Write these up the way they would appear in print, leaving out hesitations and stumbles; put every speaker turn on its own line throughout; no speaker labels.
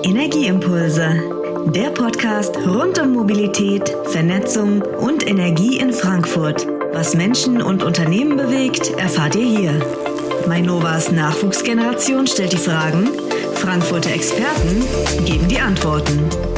Energieimpulse, der Podcast rund um Mobilität, Vernetzung und Energie in Frankfurt. Was Menschen und Unternehmen bewegt, erfahrt ihr hier. Mainovas Nachwuchsgeneration stellt die Fragen, Frankfurter Experten geben die Antworten.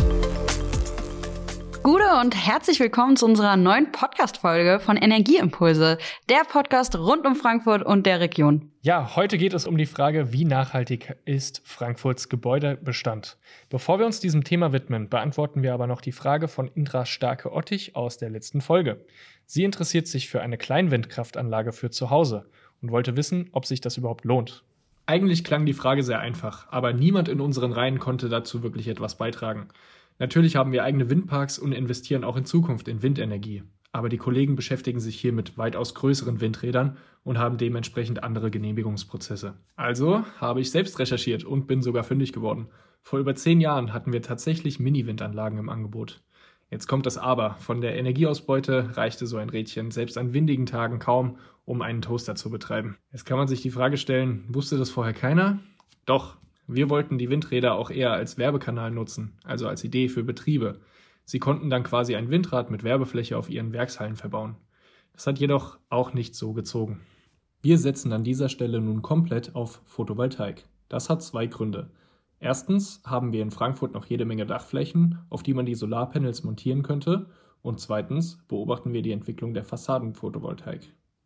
Gute und herzlich willkommen zu unserer neuen Podcast-Folge von Energieimpulse, der Podcast rund um Frankfurt und der Region.
Ja, heute geht es um die Frage, wie nachhaltig ist Frankfurts Gebäudebestand? Bevor wir uns diesem Thema widmen, beantworten wir aber noch die Frage von Indra Starke-Ottich aus der letzten Folge. Sie interessiert sich für eine Kleinwindkraftanlage für zu Hause und wollte wissen, ob sich das überhaupt lohnt. Eigentlich klang die Frage sehr einfach, aber niemand in unseren Reihen konnte dazu wirklich etwas beitragen. Natürlich haben wir eigene Windparks und investieren auch in Zukunft in Windenergie. Aber die Kollegen beschäftigen sich hier mit weitaus größeren Windrädern und haben dementsprechend andere Genehmigungsprozesse. Also habe ich selbst recherchiert und bin sogar fündig geworden. Vor über 10 Jahren hatten wir tatsächlich Mini-Windanlagen im Angebot. Jetzt kommt das Aber. Von der Energieausbeute reichte so ein Rädchen selbst an windigen Tagen kaum, um einen Toaster zu betreiben. Jetzt kann man sich die Frage stellen, wusste das vorher keiner? Doch. Wir wollten die Windräder auch eher als Werbekanal nutzen, also als Idee für Betriebe. Sie konnten dann quasi ein Windrad mit Werbefläche auf ihren Werkshallen verbauen. Das hat jedoch auch nicht so gezogen. Wir setzen an dieser Stelle nun komplett auf Photovoltaik. Das hat 2 Gründe. Erstens haben wir in Frankfurt noch jede Menge Dachflächen, auf die man die Solarpanels montieren könnte. Und zweitens beobachten wir die Entwicklung der Fassadenphotovoltaik.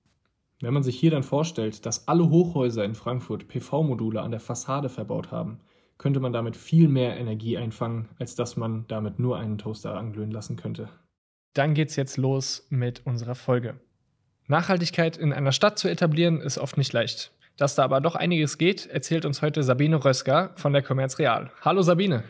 Wenn man sich hier dann vorstellt, dass alle Hochhäuser in Frankfurt PV-Module an der Fassade verbaut haben, könnte man damit viel mehr Energie einfangen, als dass man damit nur einen Toaster anglühen lassen könnte. Dann geht's jetzt los mit unserer Folge. Nachhaltigkeit in einer Stadt zu etablieren, ist oft nicht leicht. Dass da aber doch einiges geht, erzählt uns heute Sabine Röska von der Commerz Real. Hallo Sabine.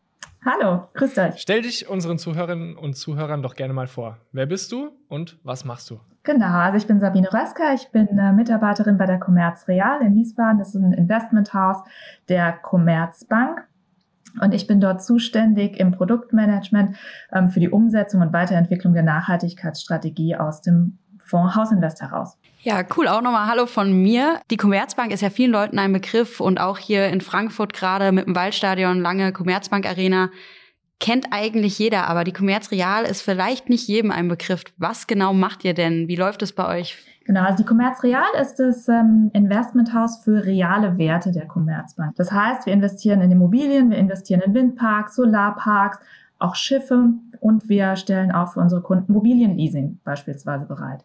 Hallo, grüßt euch.
Stell dich unseren Zuhörerinnen und Zuhörern doch gerne mal vor. Wer bist du und was machst du?
Genau, also ich bin Sabine Röska, ich bin Mitarbeiterin bei der Commerz Real in Wiesbaden. Das ist ein Investmenthaus der Commerzbank. Und ich bin dort zuständig im Produktmanagement für die Umsetzung und Weiterentwicklung der Nachhaltigkeitsstrategie aus dem Fonds Hausinvest heraus.
Ja, cool. Auch nochmal Hallo von mir. Die Commerzbank ist ja vielen Leuten ein Begriff und auch hier in Frankfurt gerade mit dem Waldstadion, lange Commerzbank Arena, kennt eigentlich jeder, aber die Commerz Real ist vielleicht nicht jedem ein Begriff. Was genau macht ihr denn? Wie läuft es bei euch?
Genau, also die Commerz Real ist das Investmenthaus für reale Werte der Commerzbank. Das heißt, wir investieren in Immobilien, wir investieren in Windparks, Solarparks, auch Schiffe und wir stellen auch für unsere Kunden Immobilienleasing beispielsweise bereit.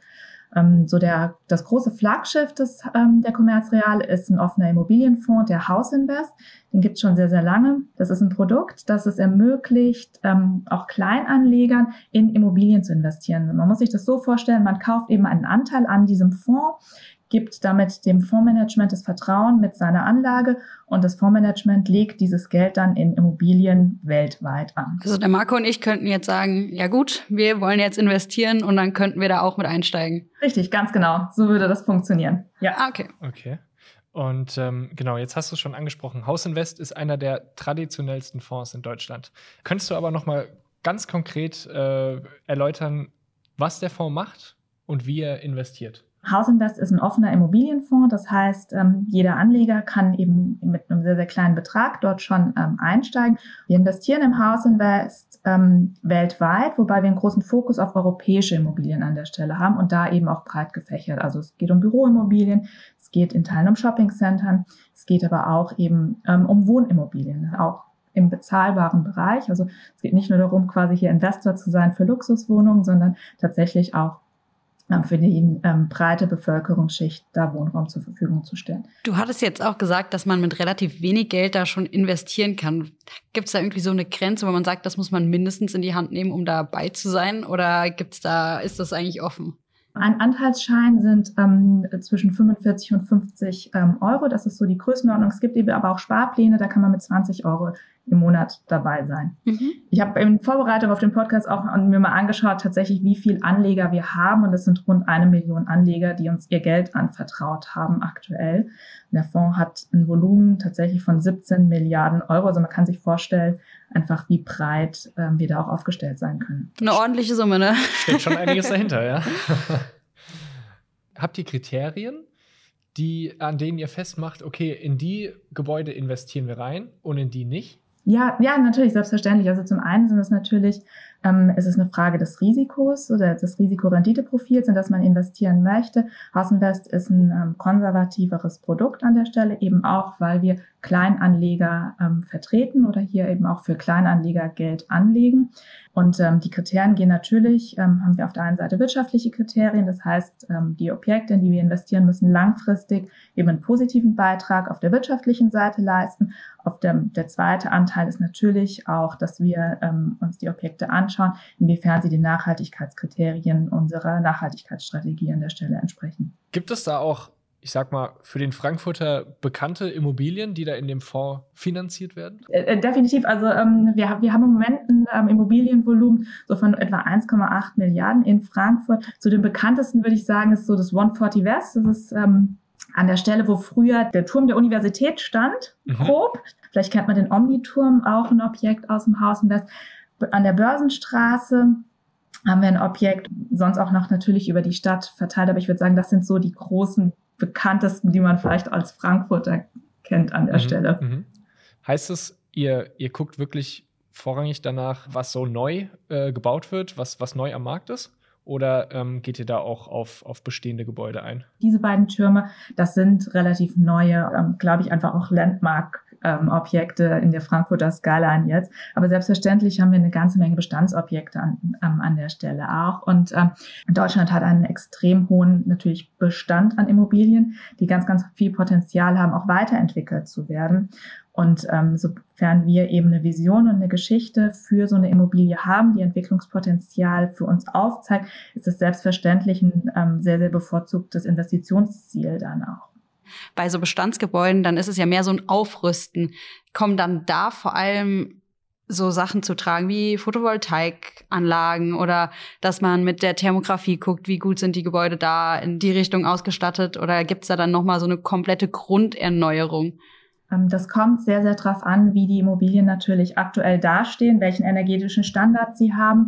Das große Flaggschiff der Commerz Real ist ein offener Immobilienfonds, der Hausinvest. Den gibt es schon sehr, sehr lange. Das ist ein Produkt, das es ermöglicht, auch Kleinanlegern in Immobilien zu investieren. Man muss sich das so vorstellen, man kauft eben einen Anteil an diesem Fonds, gibt damit dem Fondsmanagement das Vertrauen mit seiner Anlage und das Fondsmanagement legt dieses Geld dann in Immobilien weltweit an.
Also der Marco und ich könnten jetzt sagen, ja gut, wir wollen jetzt investieren und dann könnten wir da auch mit einsteigen.
Richtig, ganz genau. So würde das funktionieren. Ja.
Okay. Und genau, jetzt hast du es schon angesprochen. Hausinvest ist einer der traditionellsten Fonds in Deutschland. Könntest du aber noch mal ganz konkret erläutern, was der Fonds macht und wie er investiert?
Hausinvest ist ein offener Immobilienfonds, das heißt, jeder Anleger kann eben mit einem sehr, sehr kleinen Betrag dort schon einsteigen. Wir investieren im Hausinvest weltweit, wobei wir einen großen Fokus auf europäische Immobilien an der Stelle haben und da eben auch breit gefächert. Also es geht um Büroimmobilien, es geht in Teilen um Shoppingcentern, es geht aber auch eben um Wohnimmobilien, auch im bezahlbaren Bereich. Also es geht nicht nur darum, quasi hier Investor zu sein für Luxuswohnungen, sondern tatsächlich auch für die breite Bevölkerungsschicht da Wohnraum zur Verfügung zu stellen.
Du hattest jetzt auch gesagt, dass man mit relativ wenig Geld da schon investieren kann. Gibt es da irgendwie so eine Grenze, wo man sagt, das muss man mindestens in die Hand nehmen, um dabei zu sein? Oder ist das eigentlich offen?
Ein Anteilsschein sind zwischen 45 und 50 Euro. Das ist so die Größenordnung. Es gibt eben aber auch Sparpläne, da kann man mit 20 Euro im Monat dabei sein. Mhm. Ich habe in Vorbereitung auf den Podcast auch mir mal angeschaut, tatsächlich, wie viel Anleger wir haben. Und es sind rund 1 Million Anleger, die uns ihr Geld anvertraut haben aktuell. Und der Fonds hat ein Volumen tatsächlich von 17 Milliarden Euro. Also man kann sich vorstellen, einfach wie breit wir da auch aufgestellt sein können.
Eine ordentliche Summe, ne?
Steckt schon einiges dahinter, ja. Habt ihr Kriterien, an denen ihr festmacht, okay, in die Gebäude investieren wir rein und in die nicht?
Ja, natürlich, selbstverständlich. Also zum einen sind es natürlich, ist es eine Frage des Risikos oder des Risikorenditeprofils, in das man investieren möchte. Hausinvest ist ein konservativeres Produkt an der Stelle, eben auch, weil wir Kleinanleger vertreten oder hier eben auch für Kleinanleger Geld anlegen. Und die Kriterien gehen natürlich, haben wir auf der einen Seite wirtschaftliche Kriterien, das heißt, die Objekte, in die wir investieren, müssen langfristig eben einen positiven Beitrag auf der wirtschaftlichen Seite leisten. Der zweite Anteil ist natürlich auch, dass wir uns die Objekte anschauen, inwiefern sie den Nachhaltigkeitskriterien unserer Nachhaltigkeitsstrategie an der Stelle entsprechen.
Gibt es da auch, ich sag mal, für den Frankfurter bekannte Immobilien, die da in dem Fonds finanziert werden?
Definitiv. Also wir haben im Moment ein Immobilienvolumen so von etwa 1,8 Milliarden in Frankfurt. Zu den bekanntesten würde ich sagen, ist so das 140 West. Das ist an der Stelle, wo früher der Turm der Universität stand, grob. Vielleicht kennt man den Omniturm, auch ein Objekt aus dem Hausinvest. An der Börsenstraße haben wir ein Objekt, sonst auch noch natürlich über die Stadt verteilt. Aber ich würde sagen, das sind so die großen, bekanntesten, die man vielleicht als Frankfurter kennt an der Stelle.
Heißt es, ihr guckt wirklich vorrangig danach, was so neu gebaut wird, was neu am Markt ist? Oder geht ihr da auch auf bestehende Gebäude ein?
Diese beiden Türme, das sind relativ neue, glaube ich, einfach auch Landmark-Objekte in der Frankfurter Skyline jetzt. Aber selbstverständlich haben wir eine ganze Menge Bestandsobjekte an der Stelle auch. Und Deutschland hat einen extrem hohen natürlich Bestand an Immobilien, die ganz, ganz viel Potenzial haben, auch weiterentwickelt zu werden. Und sofern wir eben eine Vision und eine Geschichte für so eine Immobilie haben, die Entwicklungspotenzial für uns aufzeigt, ist es selbstverständlich ein sehr, sehr bevorzugtes Investitionsziel dann auch.
Bei so Bestandsgebäuden, dann ist es ja mehr so ein Aufrüsten. Kommen dann da vor allem so Sachen zu tragen wie Photovoltaikanlagen oder dass man mit der Thermografie guckt, wie gut sind die Gebäude da in die Richtung ausgestattet, oder gibt's da dann nochmal so eine komplette Grunderneuerung?
Das kommt sehr, sehr drauf an, wie die Immobilien natürlich aktuell dastehen, welchen energetischen Standard sie haben,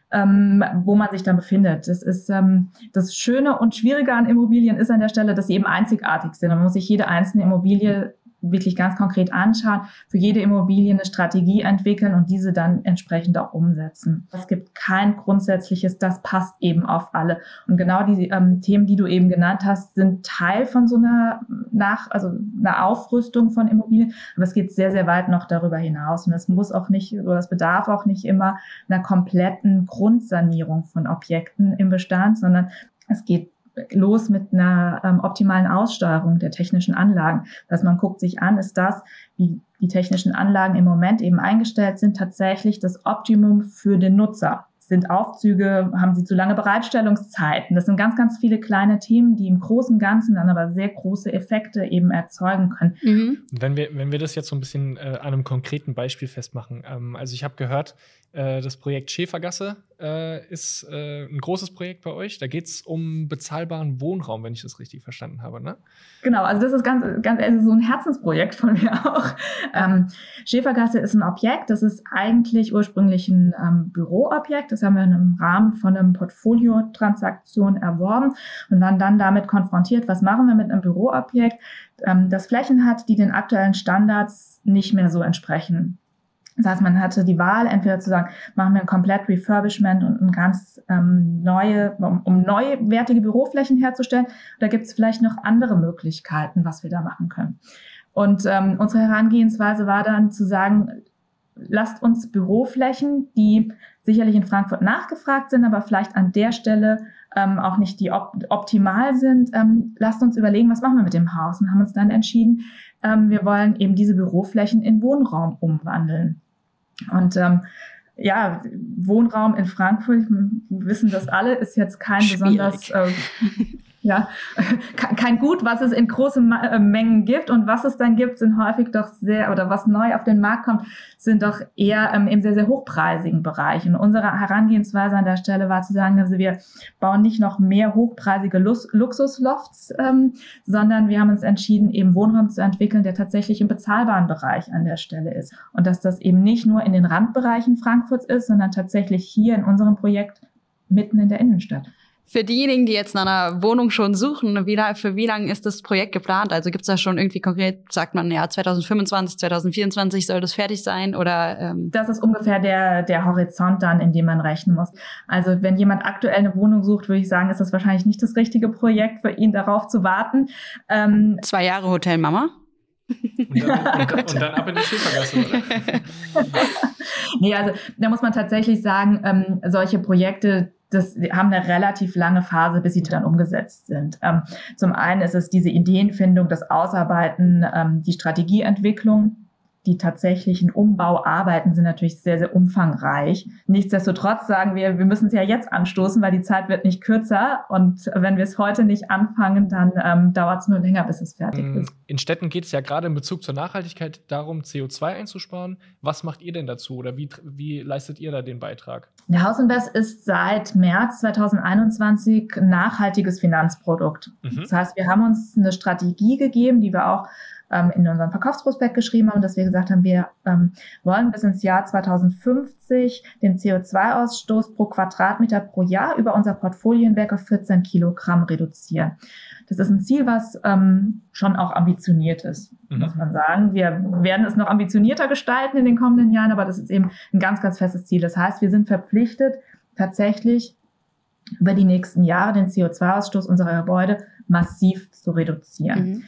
wo man sich dann befindet. Das ist das Schöne und Schwierige an Immobilien ist an der Stelle, dass sie eben einzigartig sind. Man muss sich jede einzelne Immobilie wirklich ganz konkret anschauen, für jede Immobilie eine Strategie entwickeln und diese dann entsprechend auch umsetzen. Es gibt kein grundsätzliches, das passt eben auf alle. Und genau die Themen, die du eben genannt hast, sind Teil von so einer Aufrüstung von Immobilien. Aber es geht sehr, sehr weit noch darüber hinaus. Und es muss auch nicht, oder es bedarf auch nicht immer einer kompletten Grundsanierung von Objekten im Bestand, sondern es geht los mit einer optimalen Aussteuerung der technischen Anlagen. Dass man guckt sich an, ist das, wie die technischen Anlagen im Moment eben eingestellt sind, tatsächlich das Optimum für den Nutzer. Sind Aufzüge, haben sie zu lange Bereitstellungszeiten? Das sind ganz, ganz viele kleine Themen, die im großen Ganzen dann aber sehr große Effekte eben erzeugen können.
Wenn wir das jetzt so ein bisschen an einem konkreten Beispiel festmachen. Also ich habe gehört, das Projekt Schäfergasse ist ein großes Projekt bei euch. Da geht es um bezahlbaren Wohnraum, wenn ich das richtig verstanden habe, ne?
Genau, also das ist ganz so ein Herzensprojekt von mir auch. Schäfergasse ist ein Objekt, das ist eigentlich ursprünglich ein Büroobjekt. Das haben wir im Rahmen von einem Portfolio-Transaktion erworben und waren dann damit konfrontiert, was machen wir mit einem Büroobjekt, das Flächen hat, die den aktuellen Standards nicht mehr so entsprechen. Das heißt, man hatte die Wahl, entweder zu sagen, machen wir ein komplett Refurbishment und ein ganz um neuwertige Büroflächen herzustellen, oder gibt es vielleicht noch andere Möglichkeiten, was wir da machen können. Und unsere Herangehensweise war dann zu sagen, lasst uns Büroflächen, die sicherlich in Frankfurt nachgefragt sind, aber vielleicht an der Stelle auch nicht die optimal sind, lasst uns überlegen, was machen wir mit dem Haus, und haben uns dann entschieden, wir wollen eben diese Büroflächen in Wohnraum umwandeln. Und Wohnraum in Frankfurt, wir wissen das alle, ist jetzt kein besonders kein Gut, was es in großen Mengen gibt. Und was es dann gibt, sind häufig doch was neu auf den Markt kommt, sind doch eher im sehr, sehr hochpreisigen Bereich. Und unsere Herangehensweise an der Stelle war zu sagen, also wir bauen nicht noch mehr hochpreisige Luxuslofts, sondern wir haben uns entschieden, eben Wohnraum zu entwickeln, der tatsächlich im bezahlbaren Bereich an der Stelle ist. Und dass das eben nicht nur in den Randbereichen Frankfurts ist, sondern tatsächlich hier in unserem Projekt mitten in der Innenstadt.
Für diejenigen, die jetzt nach einer Wohnung schon suchen, für wie lange ist das Projekt geplant? Also gibt es da schon irgendwie konkret, sagt man, ja, 2025, 2024 soll das fertig sein? Oder
Das ist ungefähr der Horizont dann, in dem man rechnen muss. Also wenn jemand aktuell eine Wohnung sucht, würde ich sagen, ist das wahrscheinlich nicht das richtige Projekt für ihn, darauf zu warten.
2 Jahre Hotel Mama?
Und dann ab in die Schäfergasse, oder?
Nee, also da muss man tatsächlich sagen, solche Projekte, das haben eine relativ lange Phase, bis sie dann umgesetzt sind. Zum einen ist es diese Ideenfindung, das Ausarbeiten, die Strategieentwicklung. Die tatsächlichen Umbauarbeiten sind natürlich sehr, sehr umfangreich. Nichtsdestotrotz sagen wir müssen es ja jetzt anstoßen, weil die Zeit wird nicht kürzer. Und wenn wir es heute nicht anfangen, dann dauert es nur länger, bis es fertig ist.
In Städten geht es ja gerade in Bezug zur Nachhaltigkeit darum, CO2 einzusparen. Was macht ihr denn dazu oder wie leistet ihr da den Beitrag?
Der Hausinvest ist seit März 2021 ein nachhaltiges Finanzprodukt. Das heißt, wir haben uns eine Strategie gegeben, die wir auch in unserem Verkaufsprospekt geschrieben haben, dass wir gesagt haben, wir wollen bis ins Jahr 2050 den CO2-Ausstoß pro Quadratmeter pro Jahr über unser Portfolio hinweg auf 14 Kilogramm reduzieren. Das ist ein Ziel, was schon auch ambitioniert ist, muss man sagen. Wir werden es noch ambitionierter gestalten in den kommenden Jahren, aber das ist eben ein ganz, ganz festes Ziel. Das heißt, wir sind verpflichtet, tatsächlich über die nächsten Jahre den CO2-Ausstoß unserer Gebäude massiv zu reduzieren.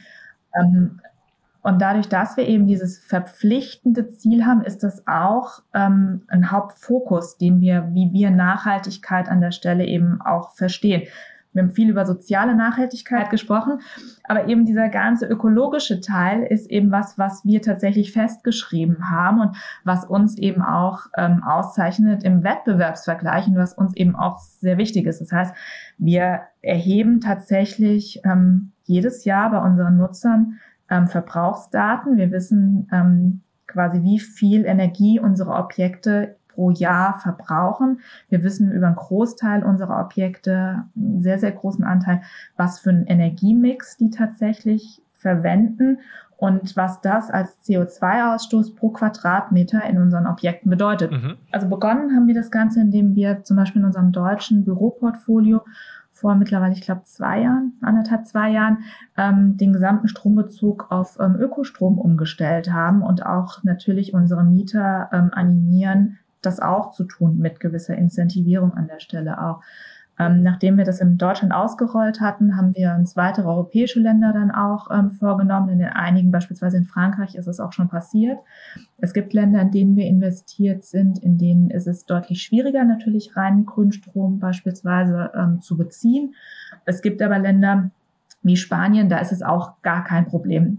Und dadurch, dass wir eben dieses verpflichtende Ziel haben, ist das auch ein Hauptfokus, wie wir Nachhaltigkeit an der Stelle eben auch verstehen. Wir haben viel über soziale Nachhaltigkeit gesprochen, aber eben dieser ganze ökologische Teil ist eben was wir tatsächlich festgeschrieben haben und was uns eben auch auszeichnet im Wettbewerbsvergleich und was uns eben auch sehr wichtig ist. Das heißt, wir erheben tatsächlich jedes Jahr bei unseren Nutzern Verbrauchsdaten. Wir wissen quasi, wie viel Energie unsere Objekte pro Jahr verbrauchen. Wir wissen über einen Großteil unserer Objekte, einen sehr, sehr großen Anteil, was für einen Energiemix die tatsächlich verwenden und was das als CO2-Ausstoß pro Quadratmeter in unseren Objekten bedeutet. Also begonnen haben wir das Ganze, indem wir zum Beispiel in unserem deutschen Büroportfolio vor mittlerweile, ich glaube, 2 Jahren, den gesamten Strombezug auf Ökostrom umgestellt haben und auch natürlich unsere Mieter animieren, das auch zu tun mit gewisser Incentivierung an der Stelle auch. Nachdem wir das in Deutschland ausgerollt hatten, haben wir uns weitere europäische Länder dann auch vorgenommen. In einigen, beispielsweise in Frankreich, ist es auch schon passiert. Es gibt Länder, in denen wir investiert sind, in denen ist es deutlich schwieriger, natürlich reinen Grünstrom beispielsweise zu beziehen. Es gibt aber Länder wie Spanien, da ist es auch gar kein Problem.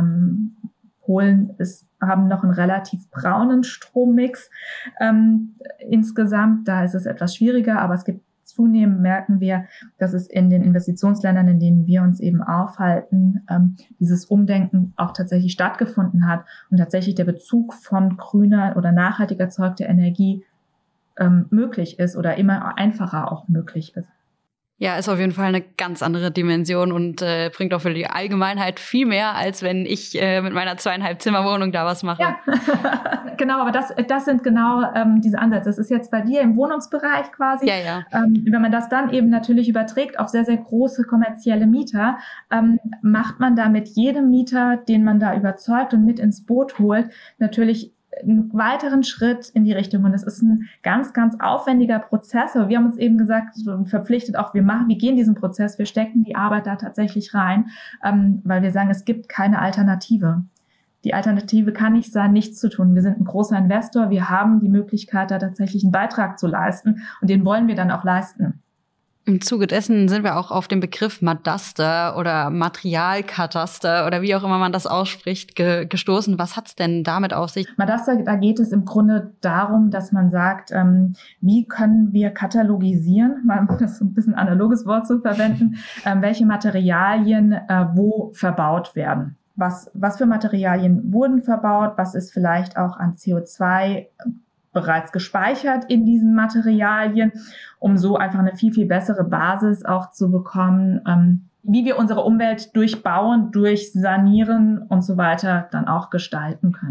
Polen haben noch einen relativ braunen Strommix insgesamt. Da ist es etwas schwieriger, aber es gibt zunehmend merken wir, dass es in den Investitionsländern, in denen wir uns eben aufhalten, dieses Umdenken auch tatsächlich stattgefunden hat und tatsächlich der Bezug von grüner oder nachhaltig erzeugter Energie möglich ist oder immer einfacher auch möglich ist.
Ja, ist auf jeden Fall eine ganz andere Dimension und bringt auch für die Allgemeinheit viel mehr, als wenn ich mit meiner 2,5-Zimmer-Wohnung da was mache.
Ja, genau, aber das sind genau diese Ansätze. Das ist jetzt bei dir im Wohnungsbereich quasi.
Ja.
Wenn man das dann eben natürlich überträgt auf sehr, sehr große kommerzielle Mieter, macht man da mit jedem Mieter, den man da überzeugt und mit ins Boot holt, natürlich einen weiteren Schritt in die Richtung. Und das ist ein ganz, ganz aufwendiger Prozess. Aber wir haben uns eben gesagt und verpflichtet auch, wir gehen diesen Prozess, wir stecken die Arbeit da tatsächlich rein, weil wir sagen, es gibt keine Alternative. Die Alternative kann nicht sein, nichts zu tun. Wir sind ein großer Investor, wir haben die Möglichkeit, da tatsächlich einen Beitrag zu leisten und den wollen wir dann auch leisten.
Im Zuge dessen sind wir auch auf den Begriff Madaster oder Materialkataster oder wie auch immer man das ausspricht, gestoßen. Was hat's denn damit auf sich?
Madaster, da geht es im Grunde darum, dass man sagt, wie können wir katalogisieren, mal das so ein bisschen analoges Wort zu verwenden, welche Materialien wo verbaut werden. Was für Materialien wurden verbaut, was ist vielleicht auch an CO2 bereits gespeichert in diesen Materialien, um so einfach eine viel, viel bessere Basis auch zu bekommen, wie wir unsere Umwelt durch Bauen, durch Sanieren und so weiter dann auch gestalten können.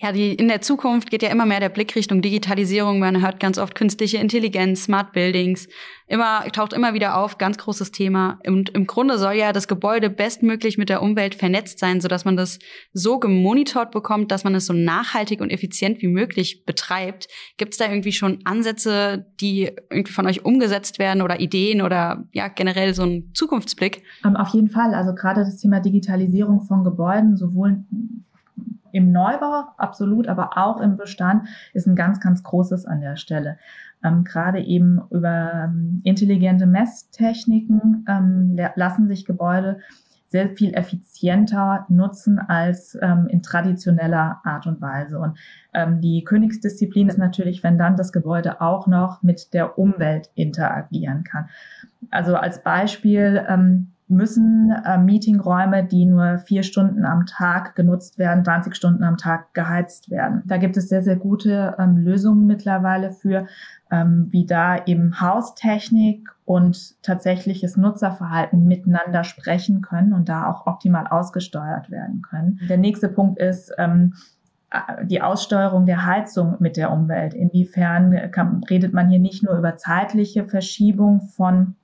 Ja, in der Zukunft geht ja immer mehr der Blick Richtung Digitalisierung. Man hört ganz oft künstliche Intelligenz, Smart Buildings. Taucht immer wieder auf, ganz großes Thema. Und im Grunde soll ja das Gebäude bestmöglich mit der Umwelt vernetzt sein, sodass man das so gemonitort bekommt, dass man es so nachhaltig und effizient wie möglich betreibt. Gibt es da irgendwie schon Ansätze, die irgendwie von euch umgesetzt werden oder Ideen oder ja generell so ein Zukunftsblick?
Auf jeden Fall. Also gerade das Thema Digitalisierung von Gebäuden, sowohl im Neubau, absolut, aber auch im Bestand ist ein ganz, ganz großes an der Stelle. Gerade eben über intelligente Messtechniken lassen sich Gebäude sehr viel effizienter nutzen als in traditioneller Art und Weise. Und die Königsdisziplin ist natürlich, wenn dann das Gebäude auch noch mit der Umwelt interagieren kann. Also als Beispiel müssen Meetingräume, die nur 4 Stunden am Tag genutzt werden, 20 Stunden am Tag geheizt werden. Da gibt es sehr, sehr gute Lösungen mittlerweile für, wie da eben Haustechnik und tatsächliches Nutzerverhalten miteinander sprechen können und da auch optimal ausgesteuert werden können. Der nächste Punkt ist die Aussteuerung der Heizung mit der Umwelt. Inwiefern redet man hier nicht nur über zeitliche Verschiebung von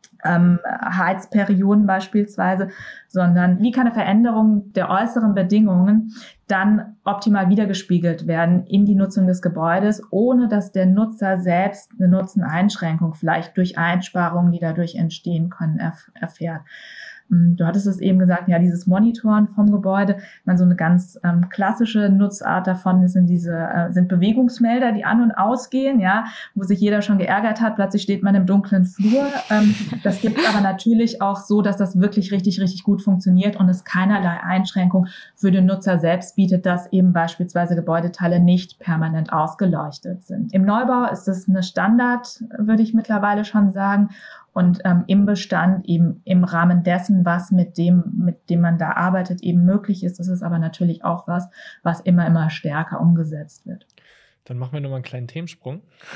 Heizperioden beispielsweise, sondern wie kann eine Veränderung der äußeren Bedingungen dann optimal wiedergespiegelt werden in die Nutzung des Gebäudes, ohne dass der Nutzer selbst eine Nutzeneinschränkung vielleicht durch Einsparungen, die dadurch entstehen können, erfährt. Du hattest es eben gesagt, ja, dieses Monitoren vom Gebäude, so eine ganz klassische Nutzart davon sind Bewegungsmelder, die an- und ausgehen, ja, wo sich jeder schon geärgert hat, plötzlich steht man im dunklen Flur. Das gibt es aber natürlich auch so, dass das wirklich richtig, richtig gut funktioniert und es keinerlei Einschränkung für den Nutzer selbst bietet, dass eben beispielsweise Gebäudeteile nicht permanent ausgeleuchtet sind. Im Neubau ist das eine Standard, würde ich mittlerweile schon sagen. Und im Bestand eben im Rahmen dessen, was mit dem man da arbeitet, eben möglich ist. Das ist aber natürlich auch was immer stärker umgesetzt wird.
Dann machen wir nochmal einen kleinen Themensprung.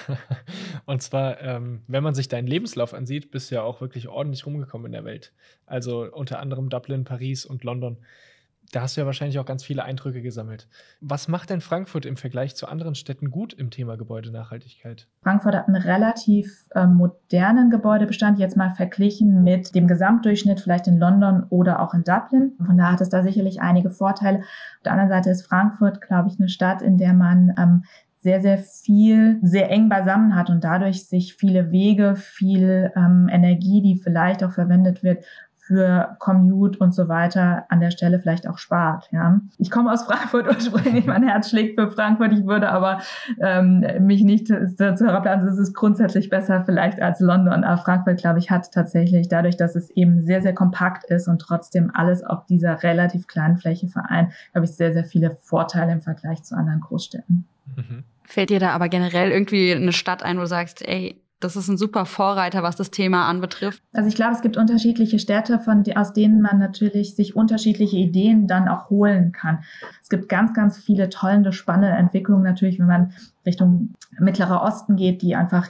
Und zwar, wenn man sich deinen Lebenslauf ansieht, bist du ja auch wirklich ordentlich rumgekommen in der Welt. Also unter anderem Dublin, Paris und London. Da hast du ja wahrscheinlich auch ganz viele Eindrücke gesammelt. Was macht denn Frankfurt im Vergleich zu anderen Städten gut im Thema Gebäudenachhaltigkeit?
Frankfurt hat einen relativ modernen Gebäudebestand, jetzt mal verglichen mit dem Gesamtdurchschnitt vielleicht in London oder auch in Dublin. Von daher hat es da sicherlich einige Vorteile. Auf der anderen Seite ist Frankfurt, glaube ich, eine Stadt, in der man sehr, sehr viel, sehr eng beisammen hat und dadurch sich viele Wege, viel Energie, die vielleicht auch verwendet wird, für Commute und so weiter an der Stelle vielleicht auch spart. Ja. Ich komme aus Frankfurt ursprünglich, mein Herz schlägt für Frankfurt, ich würde aber mich nicht dazu herablassen, es ist grundsätzlich besser vielleicht als London, aber Frankfurt, glaube ich, hat tatsächlich dadurch, dass es eben sehr, sehr kompakt ist und trotzdem alles auf dieser relativ kleinen Fläche vereint, glaube ich, sehr, sehr viele Vorteile im Vergleich zu anderen Großstädten.
Mhm.
Fällt dir da aber generell irgendwie eine Stadt ein, wo du sagst, ey, das ist ein super Vorreiter, was das Thema anbetrifft?
Also ich glaube, es gibt unterschiedliche Städte, aus denen man natürlich sich unterschiedliche Ideen dann auch holen kann. Es gibt ganz, ganz viele tolle, spannende Entwicklungen natürlich, wenn man Richtung Mittlerer Osten geht, die einfach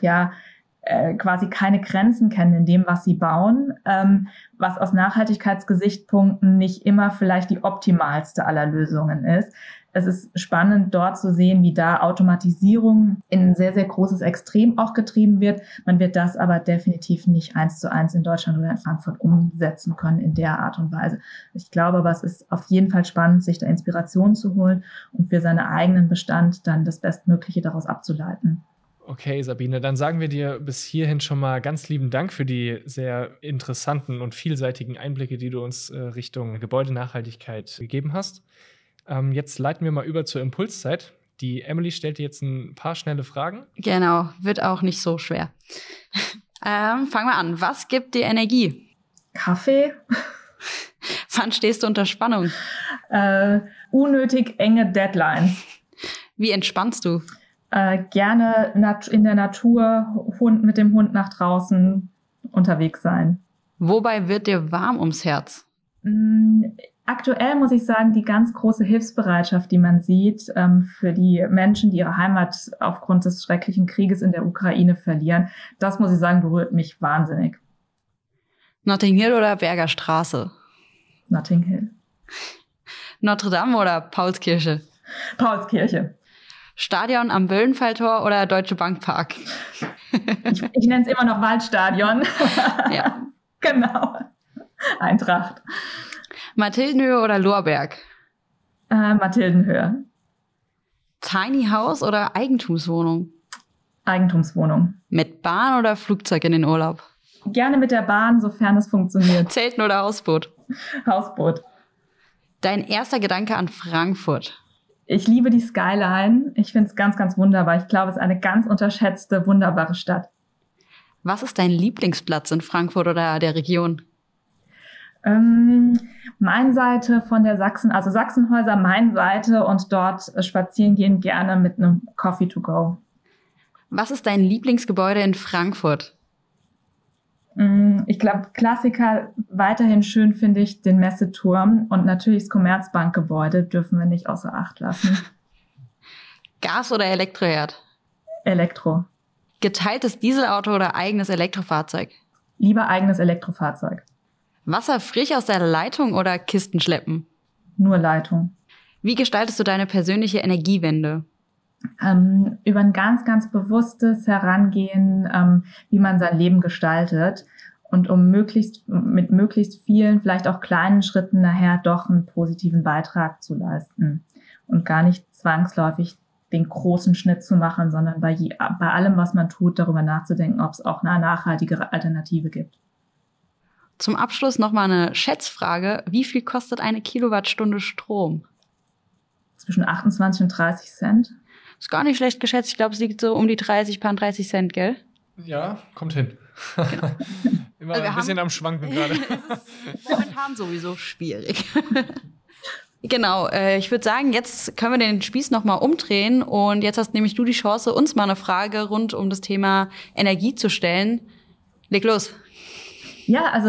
quasi keine Grenzen kennen in dem, was sie bauen, was aus Nachhaltigkeitsgesichtspunkten nicht immer vielleicht die optimalste aller Lösungen ist. Es ist spannend, dort zu sehen, wie da Automatisierung in ein sehr, sehr großes Extrem auch getrieben wird. Man wird das aber definitiv nicht 1:1 in Deutschland oder in Frankfurt umsetzen können in der Art und Weise. Ich glaube aber, es ist auf jeden Fall spannend, sich da Inspiration zu holen und für seinen eigenen Bestand dann das Bestmögliche daraus abzuleiten.
Okay, Sabine, dann sagen wir dir bis hierhin schon mal ganz lieben Dank für die sehr interessanten und vielseitigen Einblicke, die du uns Richtung Gebäudenachhaltigkeit gegeben hast. Jetzt leiten wir mal über zur Impulszeit. Die Emily stellt dir jetzt ein paar schnelle Fragen.
Genau, wird auch nicht so schwer. Fangen wir an. Was gibt dir Energie?
Kaffee.
Wann stehst du unter Spannung?
Unnötig enge Deadlines.
Wie entspannst du?
Gerne in der Natur, mit dem Hund nach draußen unterwegs sein.
Wobei wird dir warm ums Herz?
Aktuell muss ich sagen, die ganz große Hilfsbereitschaft, die man sieht für die Menschen, die ihre Heimat aufgrund des schrecklichen Krieges in der Ukraine verlieren, das muss ich sagen, berührt mich wahnsinnig.
Notting Hill oder Berger Straße?
Notting Hill.
Notre Dame oder Paulskirche?
Paulskirche.
Stadion am Böllenfalltor oder Deutsche Bank Park?
Ich nenne es immer noch Waldstadion.
Ja.
Genau. Eintracht.
Mathildenhöhe oder Lorberg?
Mathildenhöhe.
Tiny House oder Eigentumswohnung?
Eigentumswohnung.
Mit Bahn oder Flugzeug in den Urlaub?
Gerne mit der Bahn, sofern es funktioniert.
Zelten oder Hausboot?
Hausboot.
Dein erster Gedanke an Frankfurt?
Ich liebe die Skyline. Ich finde es ganz, ganz wunderbar. Ich glaube, es ist eine ganz unterschätzte, wunderbare Stadt.
Was ist dein Lieblingsplatz in Frankfurt oder der Region?
Mainseite von der also Sachsenhäuser, Mainseite und dort spazieren gehen gerne mit einem Coffee to go.
Was ist dein Lieblingsgebäude in Frankfurt?
Ich glaube, Klassiker weiterhin schön finde ich den Messeturm und natürlich das Commerzbankgebäude dürfen wir nicht außer Acht lassen.
Gas- oder Elektroherd?
Elektro.
Geteiltes Dieselauto oder eigenes Elektrofahrzeug?
Lieber eigenes Elektrofahrzeug.
Wasser frisch aus der Leitung oder Kisten schleppen?
Nur Leitung.
Wie gestaltest du deine persönliche Energiewende?
Über ein ganz, ganz bewusstes Herangehen, wie man sein Leben gestaltet und mit möglichst vielen, vielleicht auch kleinen Schritten nachher doch einen positiven Beitrag zu leisten und gar nicht zwangsläufig den großen Schnitt zu machen, sondern bei allem, was man tut, darüber nachzudenken, ob es auch eine nachhaltige Alternative gibt.
Zum Abschluss nochmal eine Schätzfrage. Wie viel kostet eine Kilowattstunde Strom?
Zwischen 28 und 30 Cent.
Ist gar nicht schlecht geschätzt. Ich glaube, es liegt so um die 30 Cent, gell?
Ja, kommt hin.
Genau.
Immer ein bisschen am Schwanken gerade.
Das ist momentan sowieso schwierig. Genau, ich würde sagen, jetzt können wir den Spieß nochmal umdrehen. Und jetzt hast nämlich du die Chance, uns mal eine Frage rund um das Thema Energie zu stellen. Leg los.
Ja, also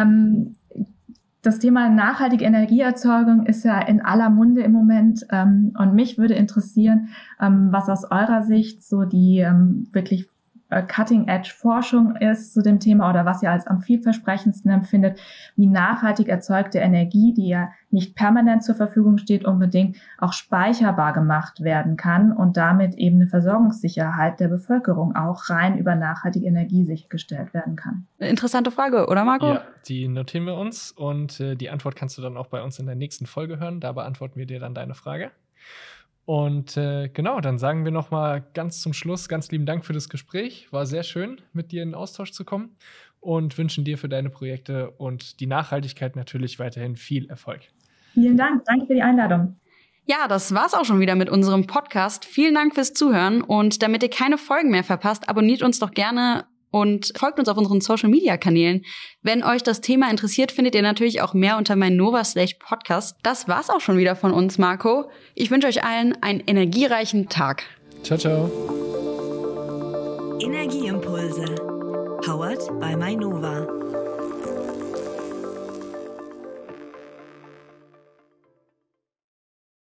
das Thema nachhaltige Energieerzeugung ist ja in aller Munde im Moment. Und mich würde interessieren, was aus eurer Sicht so die wirklich Cutting-Edge-Forschung ist zu dem Thema oder was ihr als am vielversprechendsten empfindet, wie nachhaltig erzeugte Energie, die ja nicht permanent zur Verfügung steht, unbedingt auch speicherbar gemacht werden kann und damit eben eine Versorgungssicherheit der Bevölkerung auch rein über nachhaltige Energie sichergestellt werden kann.
Interessante Frage, oder Marco?
Ja, die notieren wir uns und die Antwort kannst du dann auch bei uns in der nächsten Folge hören. Da beantworten wir dir dann deine Frage. Und genau, dann sagen wir noch mal ganz zum Schluss ganz lieben Dank für das Gespräch. War sehr schön, mit dir in den Austausch zu kommen und wünschen dir für deine Projekte und die Nachhaltigkeit natürlich weiterhin viel Erfolg.
Vielen Dank. Danke für die Einladung.
Ja, das war's auch schon wieder mit unserem Podcast. Vielen Dank fürs Zuhören und damit ihr keine Folgen mehr verpasst, abonniert uns doch gerne und folgt uns auf unseren Social-Media-Kanälen. Wenn euch das Thema interessiert, findet ihr natürlich auch mehr unter mainnova.com/podcast. Das war's auch schon wieder von uns, Marco. Ich wünsche euch allen einen energiereichen Tag.
Ciao, ciao.
Energieimpulse. Powered by Mainova.